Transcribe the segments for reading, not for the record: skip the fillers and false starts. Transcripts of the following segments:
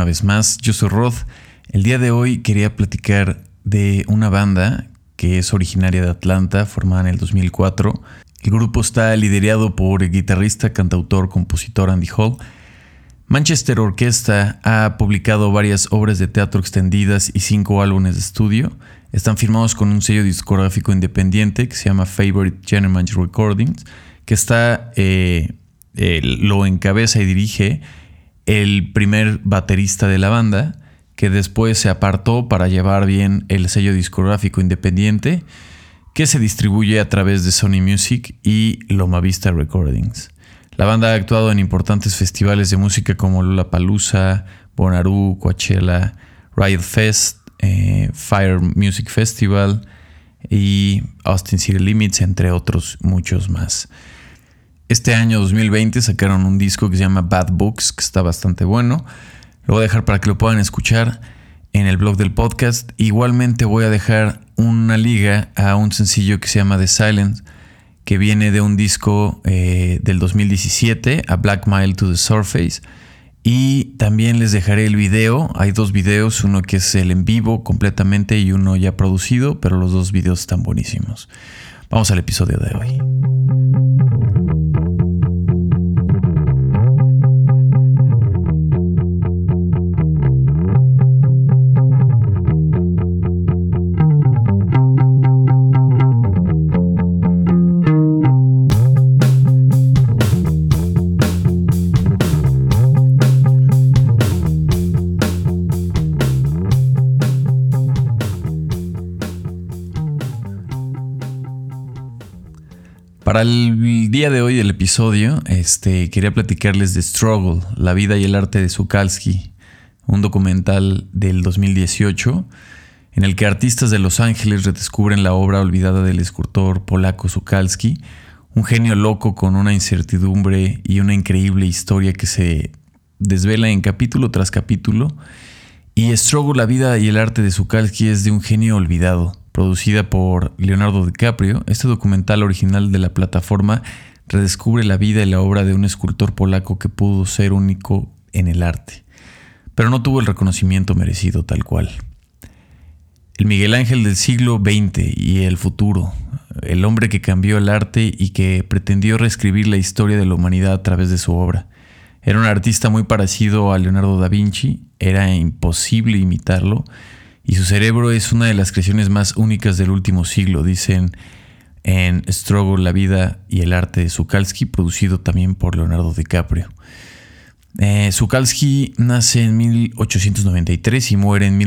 una vez más. Yo soy Rod. El día de hoy quería platicar de una banda que es originaria de Atlanta, formada en el 2004. El grupo está liderado por el guitarrista, cantautor, compositor Andy Hall. Manchester Orchestra ha publicado varias obras de teatro extendidas y 5 álbumes de estudio. Están firmados con un sello discográfico independiente que se llama Favorite Gentleman Recordings, que lo encabeza y dirige el primer baterista de la banda, que después se apartó para llevar bien el sello discográfico independiente, que se distribuye a través de Sony Music y Loma Vista Recordings. La banda ha actuado en importantes festivales de música como Lollapalooza, Bonnaroo, Coachella, Riot Fest, Fire Music Festival y Austin City Limits, entre otros muchos más. Este año 2020 sacaron un disco que se llama Bad Books, que está bastante bueno. Lo voy a dejar para que lo puedan escuchar en el blog del podcast. Igualmente voy a dejar una liga a un sencillo que se llama The Silence, que viene de un disco del 2017, A Black Mile to the Surface. Y también les dejaré el video. Hay 2 videos, uno que es el en vivo completamente y uno ya producido, pero los 2 videos están buenísimos. Vamos al episodio de hoy. Para el día de hoy del episodio, quería platicarles de Struggle, la vida y el arte de Zukalski, un documental del 2018 en el que artistas de Los Ángeles redescubren la obra olvidada del escultor polaco Zukalski, un genio loco con una incertidumbre y una increíble historia que se desvela en capítulo tras capítulo. Y Struggle, la vida y el arte de Zukalski es de un genio olvidado. Producida por Leonardo DiCaprio, este documental original de la plataforma redescubre la vida y la obra de un escultor polaco que pudo ser único en el arte, pero no tuvo el reconocimiento merecido tal cual. El Miguel Ángel del siglo XX y el futuro, el hombre que cambió el arte y que pretendió reescribir la historia de la humanidad a través de su obra. Era un artista muy parecido a Leonardo da Vinci, era imposible imitarlo, y su cerebro es una de las creaciones más únicas del último siglo, dicen en Struggle, la vida y el arte de Zukalski, producido también por Leonardo DiCaprio. Zukalski nace en 1893 y muere en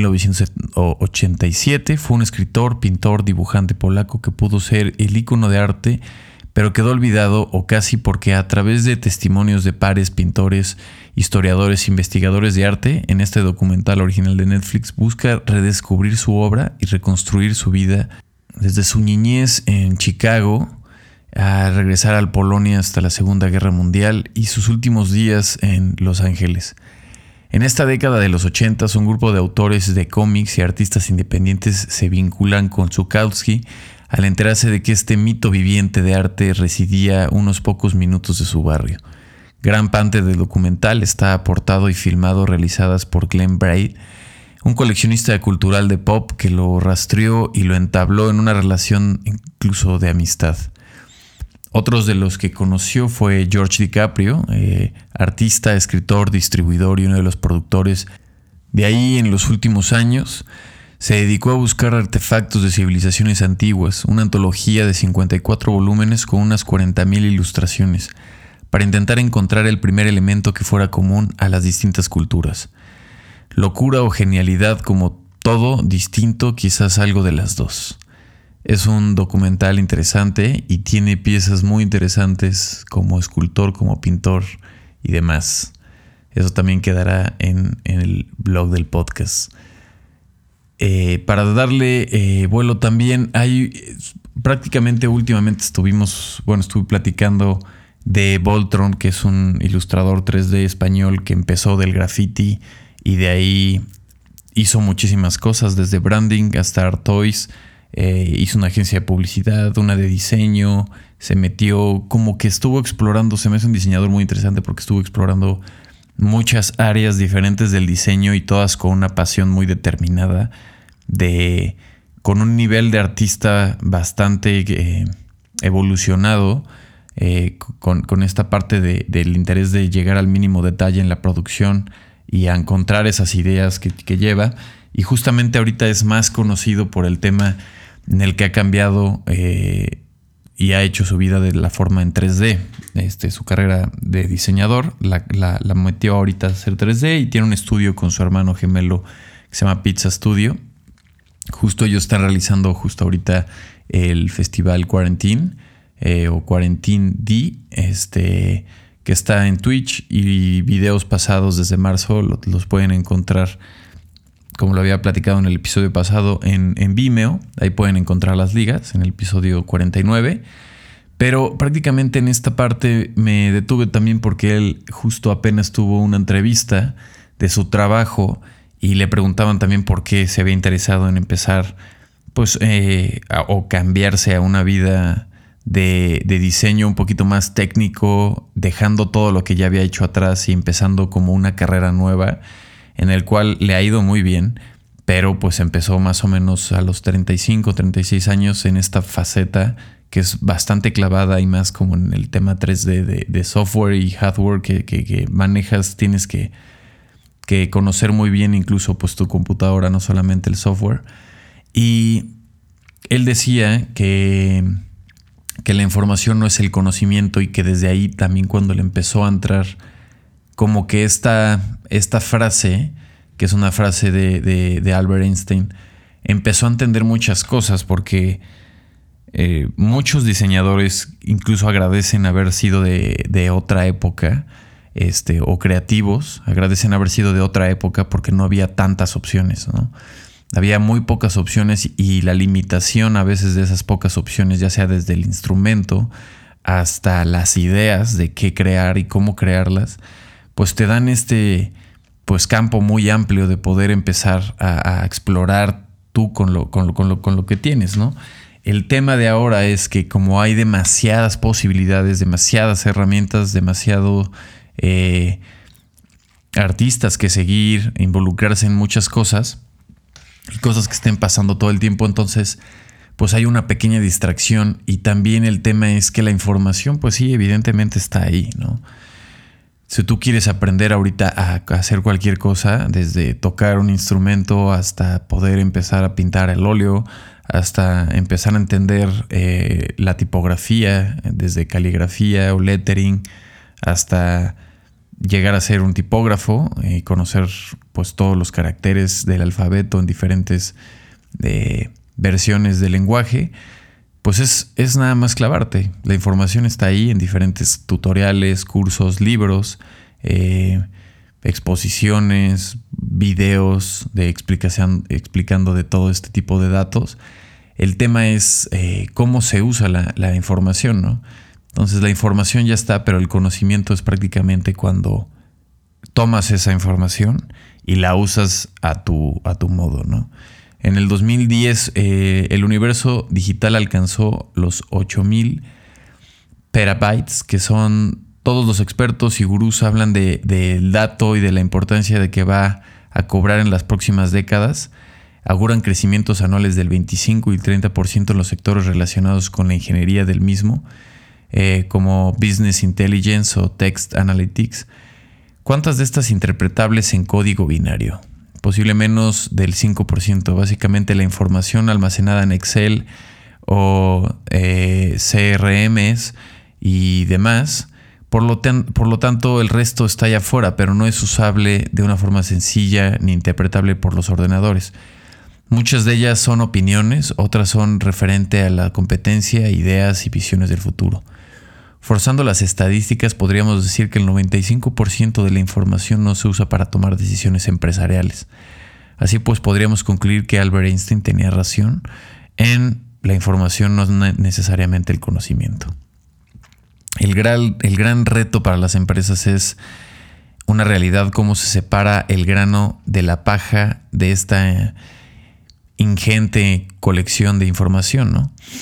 1987. Fue un escritor, pintor, dibujante polaco que pudo ser el ícono de arte, pero quedó olvidado o casi porque a través de testimonios de pares, pintores, historiadores, investigadores de arte, en este documental original de Netflix busca redescubrir su obra y reconstruir su vida desde su niñez en Chicago a regresar a Polonia hasta la Segunda Guerra Mundial y sus últimos días en Los Ángeles. En esta década de los 80, un grupo de autores de cómics y artistas independientes se vinculan con Zukalski al enterarse de que este mito viviente de arte residía unos pocos minutos de su barrio. Gran parte del documental está aportado y filmado realizadas por Glenn Braid, un coleccionista cultural de pop que lo rastreó y lo entabló en una relación incluso de amistad. Otros de los que conoció fue George DiCaprio, artista, escritor, distribuidor y uno de los productores. De ahí, en los últimos años, se dedicó a buscar artefactos de civilizaciones antiguas, una antología de 54 volúmenes con unas 40,000 ilustraciones, para intentar encontrar el primer elemento que fuera común a las distintas culturas. Locura o genialidad, como todo distinto, quizás algo de las dos. Es un documental interesante y tiene piezas muy interesantes como escultor, como pintor y demás. Eso también quedará en el blog del podcast. Para darle vuelo también, prácticamente últimamente estuve platicando de Voltron, que es un ilustrador 3D español que empezó del graffiti y de ahí hizo muchísimas cosas, desde branding hasta art toys. Hizo una agencia de publicidad, una de diseño, se metió, como que estuvo explorando, se me hace un diseñador muy interesante porque estuvo explorando muchas áreas diferentes del diseño y todas con una pasión muy determinada, con un nivel de artista bastante evolucionado, con esta parte del interés de llegar al mínimo detalle en la producción y a encontrar esas ideas que lleva. Y justamente ahorita es más conocido por el tema en el que ha cambiado y ha hecho su vida de la forma en 3D. Su carrera de diseñador la metió ahorita a hacer 3D y tiene un estudio con su hermano gemelo que se llama Pizza Studio. Justo ellos están realizando justo ahorita el festival Quarantine o Quarantine D, que está en Twitch, y videos pasados desde marzo los pueden encontrar, como lo había platicado en el episodio pasado, en Vimeo. Ahí pueden encontrar las ligas en el episodio 49. Pero prácticamente en esta parte me detuve también porque él justo apenas tuvo una entrevista de su trabajo y le preguntaban también por qué se había interesado en empezar o cambiarse a una vida de diseño un poquito más técnico, dejando todo lo que ya había hecho atrás y empezando como una carrera nueva, en el cual le ha ido muy bien, pero pues empezó más o menos a los 35, 36 años en esta faceta que es bastante clavada y más como en el tema 3D de software y hardware que manejas. Tienes que conocer muy bien incluso pues tu computadora, no solamente el software. Y él decía que la información no es el conocimiento, y que desde ahí también, cuando le empezó a entrar como que esta frase, que es una frase de Albert Einstein, empezó a entender muchas cosas, porque muchos diseñadores incluso agradecen haber sido de otra época, o creativos agradecen haber sido de otra época porque no había tantas opciones, ¿no? Había muy pocas opciones, y la limitación a veces de esas pocas opciones, ya sea desde el instrumento hasta las ideas de qué crear y cómo crearlas, pues te dan campo muy amplio de poder empezar a explorar tú con lo que tienes, ¿no? El tema de ahora es que, como hay demasiadas posibilidades, demasiadas herramientas, demasiado artistas que seguir, involucrarse en muchas cosas y cosas que estén pasando todo el tiempo, entonces pues hay una pequeña distracción. Y también el tema es que la información, pues sí, evidentemente está ahí, ¿no? Si tú quieres aprender ahorita a hacer cualquier cosa, desde tocar un instrumento hasta poder empezar a pintar el óleo, hasta empezar a entender la tipografía, desde caligrafía o lettering, hasta llegar a ser un tipógrafo y conocer pues todos los caracteres del alfabeto en diferentes versiones del lenguaje, pues es nada más clavarte. La información está ahí en diferentes tutoriales, cursos, libros, exposiciones, videos explicando de todo este tipo de datos. El tema es cómo se usa la información, ¿no? Entonces la información ya está, pero el conocimiento es prácticamente cuando tomas esa información y la usas a tu modo, ¿no? En el 2010 el universo digital alcanzó los 8,000 terabytes, que son, todos los expertos y gurús hablan del dato y de la importancia de que va a cobrar en las próximas décadas. Auguran crecimientos anuales del 25 y 30% en los sectores relacionados con la ingeniería del mismo, como Business Intelligence o Text Analytics. ¿Cuántas de estas interpretables en código binario? Posible menos del 5%. Básicamente la información almacenada en Excel o CRMs y demás. Por lo tanto, el resto está allá afuera, pero no es usable de una forma sencilla ni interpretable por los ordenadores. Muchas de ellas son opiniones, otras son referente a la competencia, ideas y visiones del futuro. Forzando las estadísticas, podríamos decir que el 95% de la información no se usa para tomar decisiones empresariales. Así pues, podríamos concluir que Albert Einstein tenía razón en la información no es necesariamente el conocimiento. El gran reto para las empresas es una realidad: cómo se separa el grano de la paja de esta ingente colección de información, ¿no?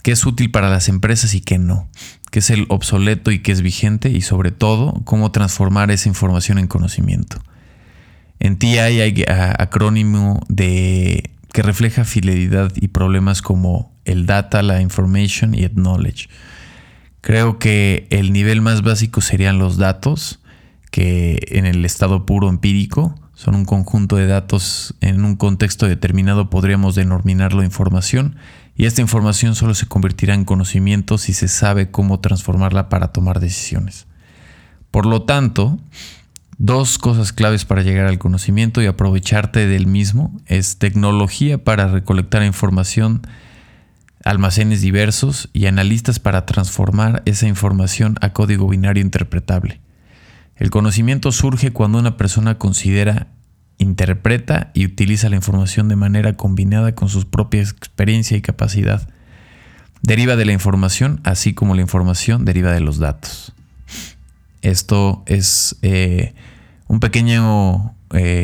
qué es útil para las empresas y qué no, qué es el obsoleto y qué es vigente, y sobre todo, cómo transformar esa información en conocimiento. En TI hay acrónimo que refleja fidelidad y problemas como el data, la information y el knowledge. Creo que el nivel más básico serían los datos, que en el estado puro empírico son un conjunto de datos en un contexto determinado, podríamos denominarlo información, y esta información solo se convertirá en conocimiento si se sabe cómo transformarla para tomar decisiones. Por lo tanto, 2 cosas claves para llegar al conocimiento y aprovecharte del mismo es tecnología para recolectar información, almacenes diversos y analistas para transformar esa información a código binario interpretable. El conocimiento surge cuando una persona considera, interpreta y utiliza la información de manera combinada con su propia experiencia y capacidad. Deriva de la información, así como la información deriva de los datos. Esto es un pequeño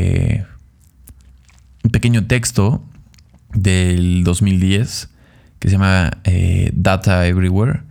texto del 2010 que se llama Data Everywhere.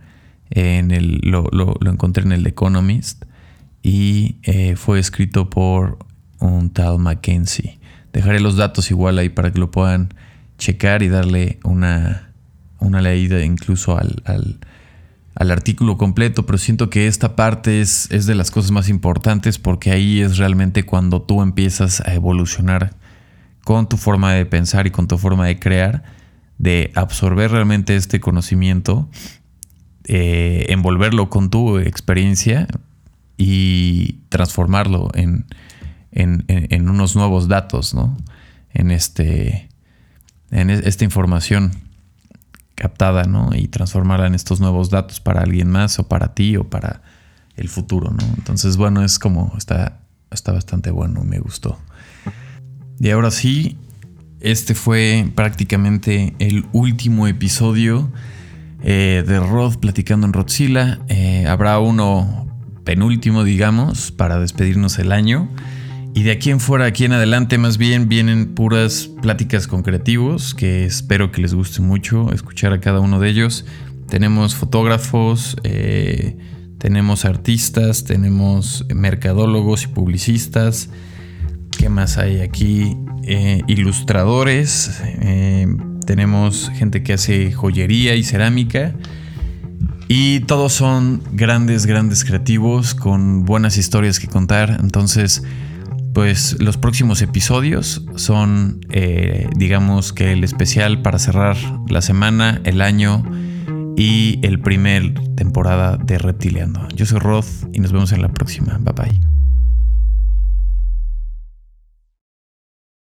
Lo encontré en el Economist y fue escrito por un tal Mackenzie. Dejaré los datos igual ahí para que lo puedan checar y darle una leída incluso al artículo completo, pero siento que esta parte es de las cosas más importantes, porque ahí es realmente cuando tú empiezas a evolucionar con tu forma de pensar y con tu forma de crear, de absorber realmente este conocimiento, envolverlo con tu experiencia y transformarlo en unos nuevos datos, ¿no? En esta información captada, ¿no? Y transformarla en estos nuevos datos para alguien más, o para ti, o para el futuro, ¿no? Entonces, bueno, es como está bastante bueno, me gustó. Y ahora sí, este fue prácticamente el último episodio de Rod platicando en Rodzilla. Habrá uno penúltimo, digamos, para despedirnos el año. Y de aquí en fuera, aquí en adelante, más bien vienen puras pláticas con creativos, que espero que les guste mucho escuchar a cada uno de ellos. Tenemos fotógrafos, tenemos artistas, tenemos mercadólogos y publicistas. ¿Qué más hay aquí? Ilustradores, tenemos gente que hace joyería y cerámica. Y todos son grandes creativos con buenas historias que contar. Entonces, pues los próximos episodios son, digamos que el especial para cerrar la semana, el año y el primer temporada de Reptiliando. Yo soy Rod y nos vemos en la próxima. Bye bye.